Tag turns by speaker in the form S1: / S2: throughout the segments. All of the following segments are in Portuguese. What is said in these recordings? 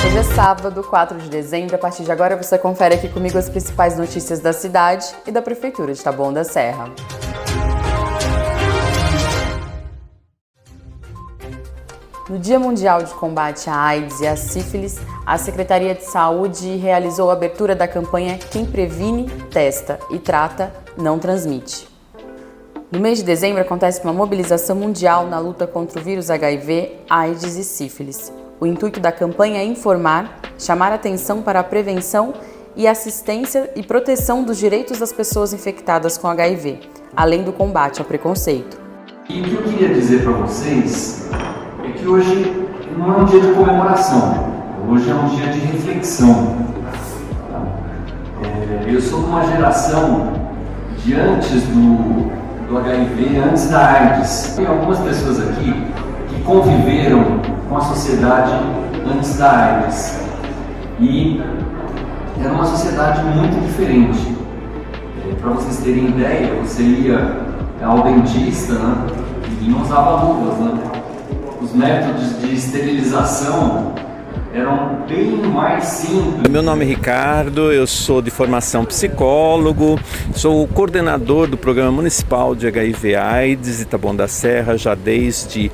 S1: Hoje é sábado, 4 de dezembro. A partir de agora você confere aqui comigo as principais notícias da cidade e da Prefeitura de Taboão da Serra. No Dia Mundial de Combate à AIDS e à Sífilis, a Secretaria de Saúde realizou a abertura da campanha Quem Previne, Testa e Trata, Não Transmite. No mês de dezembro acontece uma mobilização mundial na luta contra o vírus HIV, AIDS e sífilis. O intuito da campanha é informar, chamar atenção para a prevenção e assistência e proteção dos direitos das pessoas infectadas com HIV, além do combate ao preconceito.
S2: E o que eu queria dizer para vocês é que hoje não é um dia de comemoração, hoje é um dia de reflexão. Eu sou de uma geração de antes do HIV, antes da AIDS. Tem algumas pessoas aqui que conviveram com a sociedade antes da AIDS e era uma sociedade muito diferente. Para vocês terem ideia, você ia ao dentista, né, e não usava luvas, né? Os métodos de esterilização eram bem mais simples.
S3: Meu nome é Ricardo, eu sou de formação psicólogo, sou o coordenador do Programa Municipal de HIV/AIDS de Taboão da Serra, já desde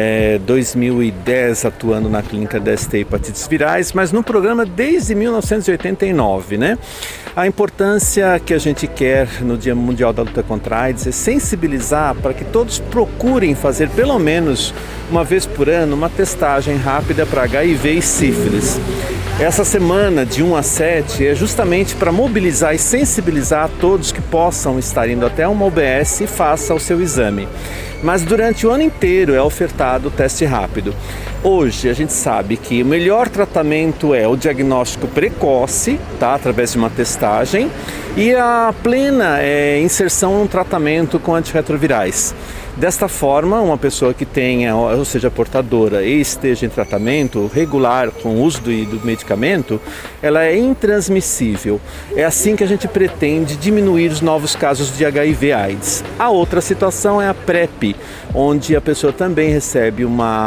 S3: 2010 atuando na clínica DST e hepatites virais, mas no programa desde 1989, né? A importância que a gente quer no Dia Mundial da Luta contra a AIDS é sensibilizar para que todos procurem fazer pelo menos uma vez por ano uma testagem rápida para HIV e sífilis. Essa semana de 1 a 7 é justamente para mobilizar e sensibilizar a todos que possam estar indo até uma UBS e faça o seu exame. Mas durante o ano inteiro é ofertado o teste rápido. Hoje a gente sabe que o melhor tratamento é o diagnóstico precoce, tá? Através de uma testagem, e a plena inserção no tratamento com antirretrovirais. Desta forma, uma pessoa que tenha, ou seja, portadora e esteja em tratamento regular com o uso do medicamento, ela é intransmissível. É assim que a gente pretende diminuir os novos casos de HIV/AIDS. A outra situação é a PrEP, onde a pessoa também recebe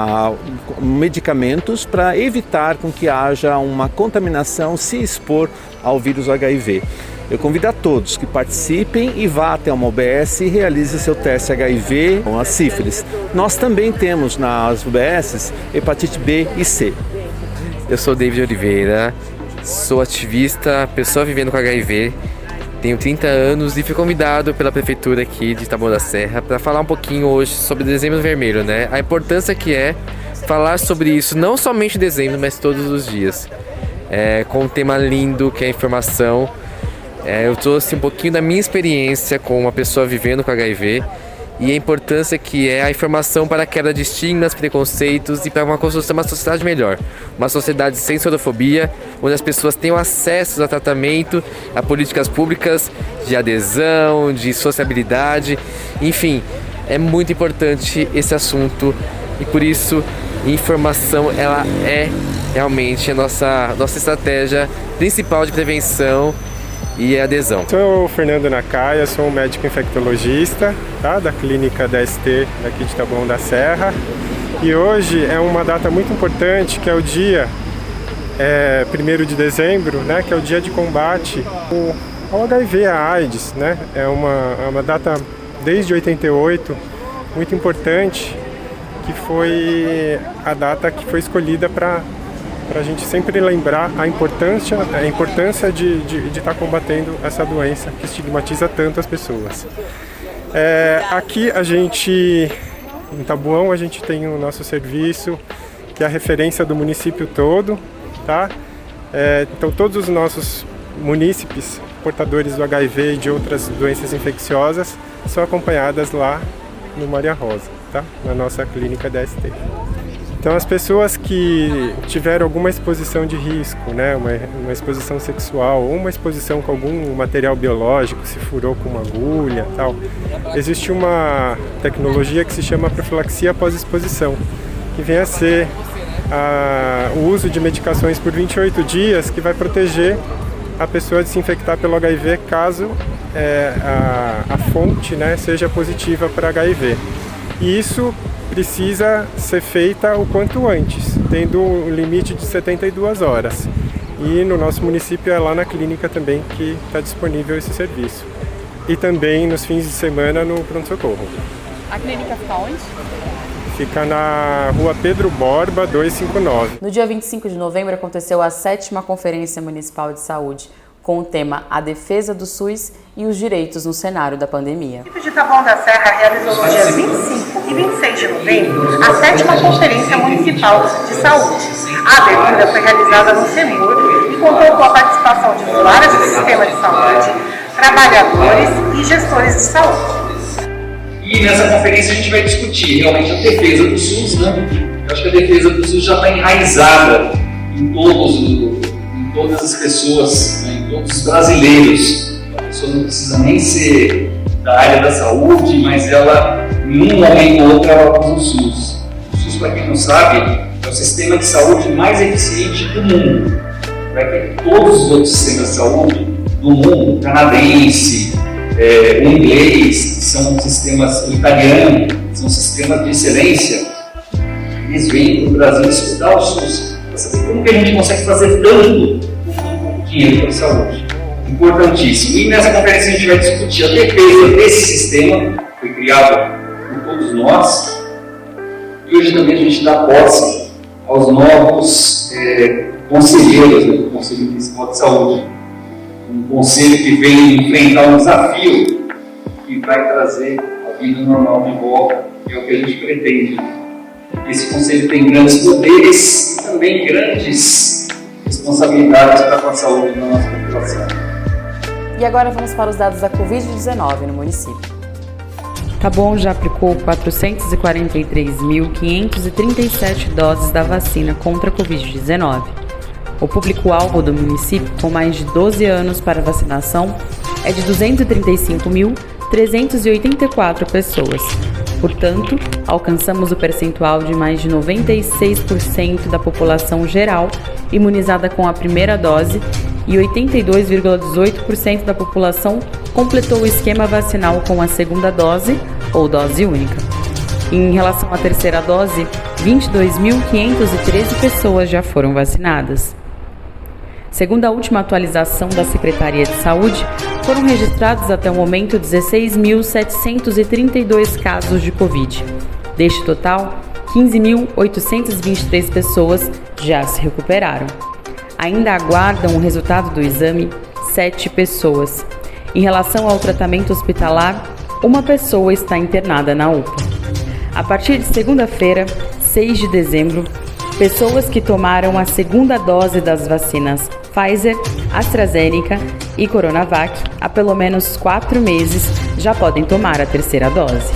S3: medicamentos para evitar com que haja uma contaminação, se expor ao vírus HIV. Eu convido a todos que participem e vá até uma UBS e realize seu teste HIV com a sífilis. Nós também temos nas UBSs hepatite B e C.
S4: Eu sou David Oliveira, sou ativista, pessoa vivendo com HIV, tenho 30 anos e fui convidado pela prefeitura aqui de Taboão da Serra para falar um pouquinho hoje sobre Dezembro Vermelho, né? A importância que é falar sobre isso não somente em dezembro, mas todos os dias. Com um tema lindo que é a informação. Eu trouxe um pouquinho da minha experiência com uma pessoa vivendo com HIV e a importância que é a informação para a quebra de estigmas, preconceitos e para uma construção de uma sociedade melhor. Uma sociedade sem sorofobia, onde as pessoas tenham acesso a tratamento, a políticas públicas de adesão, de sociabilidade, enfim, é muito importante esse assunto e por isso informação ela é realmente a nossa estratégia principal de prevenção e adesão.
S5: Sou o Fernando Nakaya, sou um médico infectologista, tá, da clínica DST daqui de Taboão da Serra. E hoje é uma data muito importante, que é o dia 1º de dezembro, né, que é o dia de combate ao HIV, à AIDS, né? É uma data desde 88 muito importante, que foi a data que foi escolhida para a gente sempre lembrar a importância de estar combatendo essa doença que estigmatiza tanto as pessoas. Aqui em Taboão, a gente tem o nosso serviço, que é a referência do município todo, tá? Então todos os nossos munícipes portadores do HIV e de outras doenças infecciosas são acompanhadas lá no Maria Rosa, tá? Na nossa clínica DST. Então as pessoas que tiveram alguma exposição de risco, né, uma exposição sexual ou uma exposição com algum material biológico, se furou com uma agulha, tal, existe uma tecnologia que se chama profilaxia pós-exposição, que vem a ser o uso de medicações por 28 dias, que vai proteger a pessoa de se infectar pelo HIV caso a fonte, né, seja positiva para HIV. E isso precisa ser feita o quanto antes, tendo um limite de 72 horas. E no nosso município é lá na clínica também que está disponível esse serviço. E também nos fins de semana no pronto-socorro.
S1: A clínica fica onde?
S5: Fica na rua Pedro Borba, 259.
S1: No dia 25 de novembro aconteceu a 7ª Conferência Municipal de Saúde, com o tema A Defesa do SUS e os Direitos no Cenário da Pandemia.
S6: O município de Taboão da Serra realizou nos dias 25 e 26 de novembro a 7ª Conferência Municipal de Saúde. A abertura foi realizada no CEMUR e contou com a participação de usuários do sistema de saúde, trabalhadores e gestores de saúde.
S2: E nessa conferência a gente vai discutir realmente a defesa do SUS, né? Eu acho que a defesa do SUS já está enraizada em todas as pessoas, né? Em todos os brasileiros. A pessoa não precisa nem ser da área da saúde, mas ela, em um momento ou outro, ela usa o SUS. O SUS, para quem não sabe, é o sistema de saúde mais eficiente do mundo. Vai ter todos os outros sistemas de saúde do mundo, canadense, o inglês, que são sistemas, o italiano, que são sistemas de excelência, eles vêm para o Brasil estudar o SUS, para saber como que a gente consegue fazer tanto com pouco dinheiro para a saúde. Importantíssimo. E nessa conferência a gente vai discutir a defesa desse sistema, que foi criado por todos nós, e hoje também a gente dá posse aos novos conselheiros do Conselho Municipal de Saúde. Um conselho que vem enfrentar um desafio que vai trazer a vida normal de volta, que é o que a gente pretende. Esse conselho tem grandes poderes e também grandes responsabilidades para com a saúde da nossa população.
S1: E agora vamos para os dados da Covid-19 no município. Taboão já aplicou 443.537 doses da vacina contra a Covid-19. O público-alvo do município com mais de 12 anos para vacinação é de 235.384 pessoas. Portanto, alcançamos o percentual de mais de 96% da população geral imunizada com a primeira dose e 82,18% da população completou o esquema vacinal com a segunda dose ou dose única. Em relação à terceira dose, 22.513 pessoas já foram vacinadas. Segundo a última atualização da Secretaria de Saúde, foram registrados até o momento 16.732 casos de Covid. Deste total, 15.823 pessoas já se recuperaram. Ainda aguardam o resultado do exame 7 pessoas. Em relação ao tratamento hospitalar, uma pessoa está internada na UPA. A partir de segunda-feira, 6 de dezembro, pessoas que tomaram a segunda dose das vacinas Pfizer, AstraZeneca e Coronavac há pelo menos 4 meses já podem tomar a terceira dose.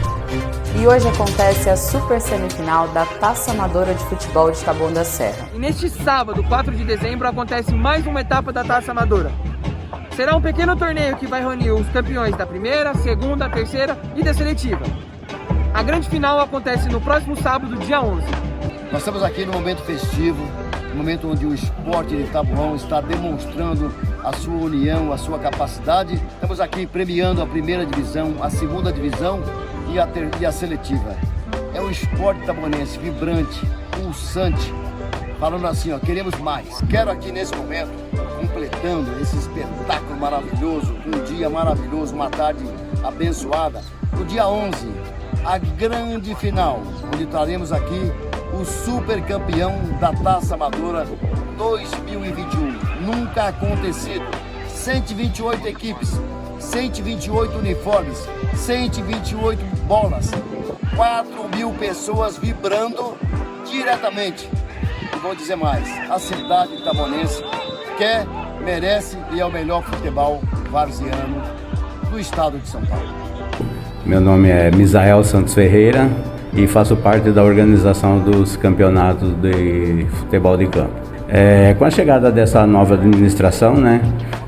S1: E hoje acontece a super semifinal da Taça Amadora de Futebol de Taboão da Serra.
S7: E neste sábado, 4 de dezembro, acontece mais uma etapa da Taça Amadora. Será um pequeno torneio que vai reunir os campeões da primeira, segunda, terceira e da seletiva. A grande final acontece no próximo sábado, dia 11.
S8: Nós estamos aqui no momento festivo, no momento onde o esporte de Taboão está demonstrando a sua união, a sua capacidade. Estamos aqui premiando a primeira divisão, a segunda divisão e a seletiva. É um esporte taboanense vibrante, pulsante, falando assim, ó, queremos mais. Quero aqui nesse momento, completando esse espetáculo maravilhoso, um dia maravilhoso, uma tarde abençoada, no dia 11, a grande final, onde estaremos aqui o super campeão da Taça Amadora 2021. Nunca acontecido. 128 equipes, 128 uniformes, 128 bolas, 4.000 pessoas vibrando diretamente. E vou dizer mais, a cidade taboanense quer, merece e é o melhor futebol varziano do estado de São Paulo.
S9: Meu nome é Misael Santos Ferreira e faço parte da organização dos campeonatos de futebol de campo. Com a chegada dessa nova administração, né,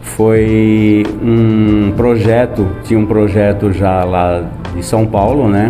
S9: foi um projeto, tinha um projeto já lá de São Paulo, né,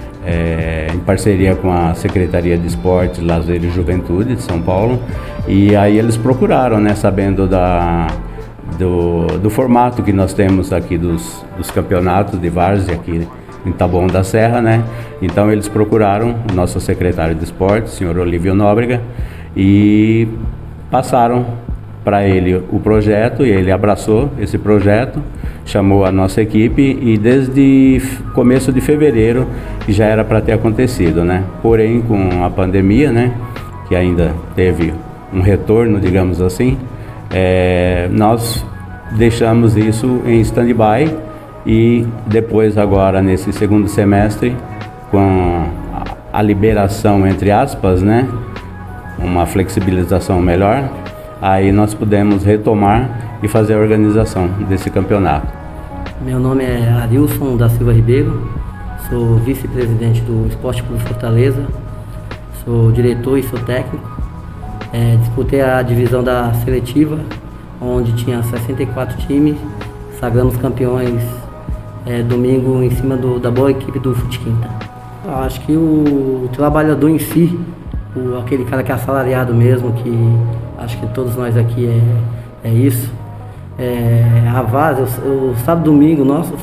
S9: em parceria com a Secretaria de Esportes, Lazer e Juventude de São Paulo, e aí eles procuraram, né, sabendo do formato que nós temos aqui dos campeonatos de várzea aqui em Taboão da Serra, né? Então eles procuraram o nosso secretário de esportes, o senhor Olívio Nóbrega, e passaram para ele o projeto, e ele abraçou esse projeto, chamou a nossa equipe, e desde começo de fevereiro já era para ter acontecido, né? Porém, com a pandemia, né, que ainda teve um retorno, digamos assim, nós deixamos isso em stand-by, e depois agora nesse segundo semestre, com a liberação, entre aspas, né, uma flexibilização melhor, aí nós pudemos retomar e fazer a organização desse campeonato.
S10: Meu nome é Arilson da Silva Ribeiro, sou vice-presidente do Esporte Clube Fortaleza, sou diretor e sou técnico. Disputei a divisão da seletiva, onde tinha 64 times, sagramos campeões domingo em cima da boa equipe do Fute Quinta. Eu acho que o trabalhador em si, aquele cara que é assalariado mesmo, que acho que todos nós aqui é isso. A Várzea, o sábado e domingo nosso,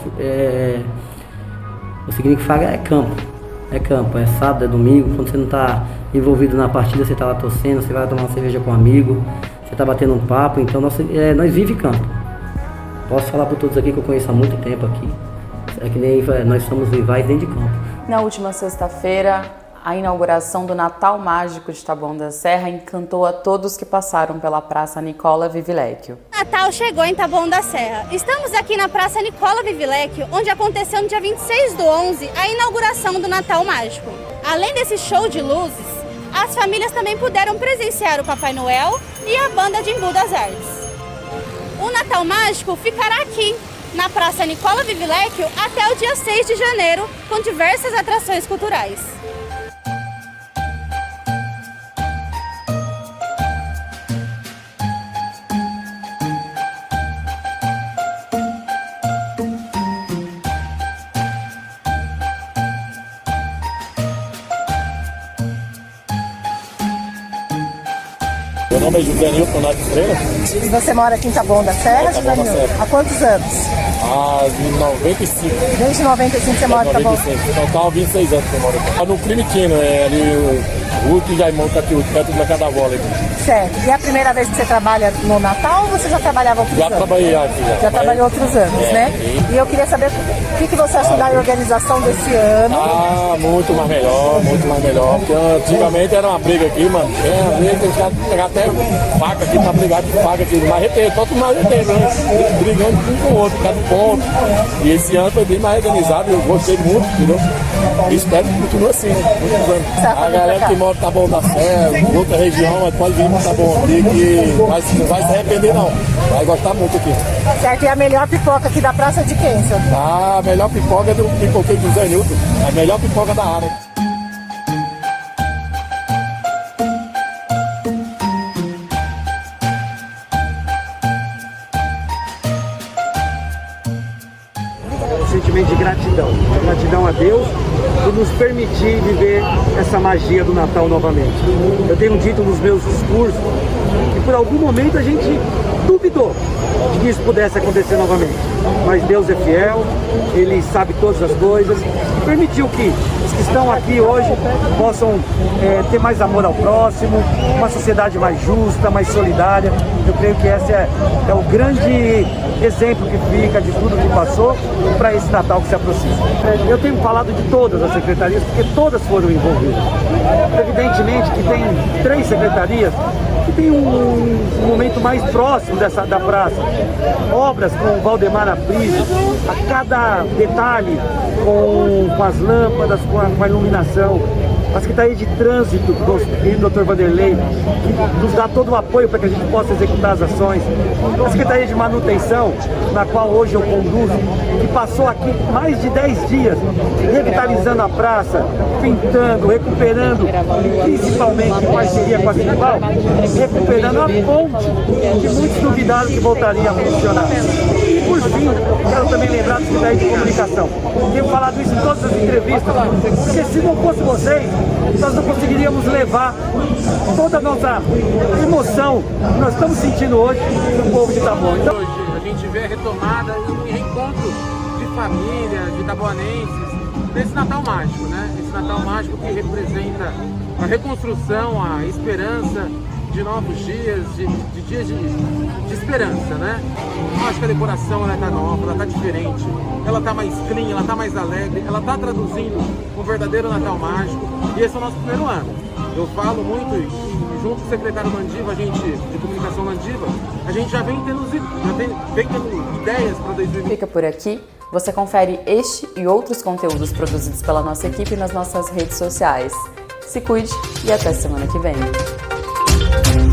S10: o significado é campo. É campo, é sábado, é domingo. Quando você não está envolvido na partida, você está lá torcendo, você vai lá tomar uma cerveja com um amigo, você está batendo um papo. Então nós vivemos campo. Posso falar para todos aqui que eu conheço há muito tempo aqui. É que nem nós somos rivais dentro de campo.
S1: Na última sexta-feira, a inauguração do Natal Mágico de Taboão da Serra encantou a todos que passaram pela Praça Nicola Vivilecchio.
S11: Natal chegou em Taboão da Serra. Estamos aqui na Praça Nicola Vivilecchio, onde aconteceu no dia 26/11 a inauguração do Natal Mágico. Além desse show de luzes, as famílias também puderam presenciar o Papai Noel e a banda de Embu das Artes. O Natal Mágico ficará aqui, na Praça Nicola Vivilecchio, até o dia 6 de janeiro, com diversas atrações culturais.
S12: Meu nome é José Nilton Nath Estrela.
S6: E você mora aqui em Taboão da Serra, José Nilton? Há quantos anos?
S12: De 95.
S6: Desde 95 você mora em Taboão?
S12: Total 26 anos que eu moro aqui. No Primiquino, ali o Ruto e Jaimão, perto do mercado da bola.
S6: Certo. E é a primeira vez que você trabalha no Natal ou você já trabalhava outros anos?
S12: Já trabalhei aqui.
S6: Já trabalhou outros anos, né? E eu queria saber o que você acha da organização desse ano?
S12: Muito mais melhor. Porque antigamente era uma briga aqui, mano. Era uma briga que os caras pegavam até faca aqui pra brigar com faca aqui. Marreteiro, todo marreteiro, né? Brigando um com o outro, cada ponto. E esse ano foi bem mais organizado, eu gostei muito, entendeu? E espero que continue assim, né? A galera que mora em Taboão da Serra, outra região, pode vir para Taboão aqui, que não vai se arrepender não. Vai gostar muito aqui.
S6: Certo, e a melhor pipoca aqui da praça é de quem, senhor?
S12: A melhor pipoca é do pipoqueiro José Nilton, a melhor pipoca da área.
S13: Sentimento de gratidão a Deus por nos permitir viver essa magia do Natal novamente. Eu tenho dito nos meus discursos que por algum momento a gente duvidou de que isso pudesse acontecer novamente, mas Deus é fiel, Ele sabe todas as coisas e permitiu que os que estão aqui hoje possam ter mais amor ao próximo, uma sociedade mais justa, mais solidária. Eu creio que esse é o grande exemplo que fica de tudo que passou para esse Natal que se aproxima. Eu tenho falado de todas as secretarias, porque todas foram envolvidas. Evidentemente que tem 3 secretarias que tem um momento mais próximo da praça. Obras com o Valdemar Aprígio, a cada detalhe, com as lâmpadas, com a iluminação. A Secretaria de Trânsito, do Dr. Vanderlei, que nos dá todo o apoio para que a gente possa executar as ações. A Secretaria de Manutenção, na qual hoje eu conduzo, que passou aqui mais de 10 dias revitalizando a praça, pintando, recuperando, e principalmente em parceria com a Cival, recuperando a ponte que muitos duvidaram que voltaria a funcionar. E por fim, quero também lembrar da Secretaria de Comunicação. Tenho falado isso em todas as entrevistas, porque se não fosse vocês, nós não conseguiríamos levar toda a nossa emoção que nós estamos sentindo hoje no povo de Taboão. Então,
S7: hoje a gente vê a retomada e reencontro de famílias, de taboanenses,
S14: desse Natal mágico, né? Esse Natal mágico que representa a reconstrução, a esperança de novos dias, de dias de esperança, né? Eu acho que a decoração ela tá nova, ela tá diferente, ela tá mais clean, ela tá mais alegre, ela tá traduzindo um verdadeiro Natal mágico, e esse é o nosso primeiro ano. Eu falo muito, e junto com o secretário Mandiva, a gente, de comunicação Mandiva, a gente já vem tendo ideias para 2020.
S1: Fica por aqui. Você confere este e outros conteúdos produzidos pela nossa equipe nas nossas redes sociais. Se cuide e até semana que vem.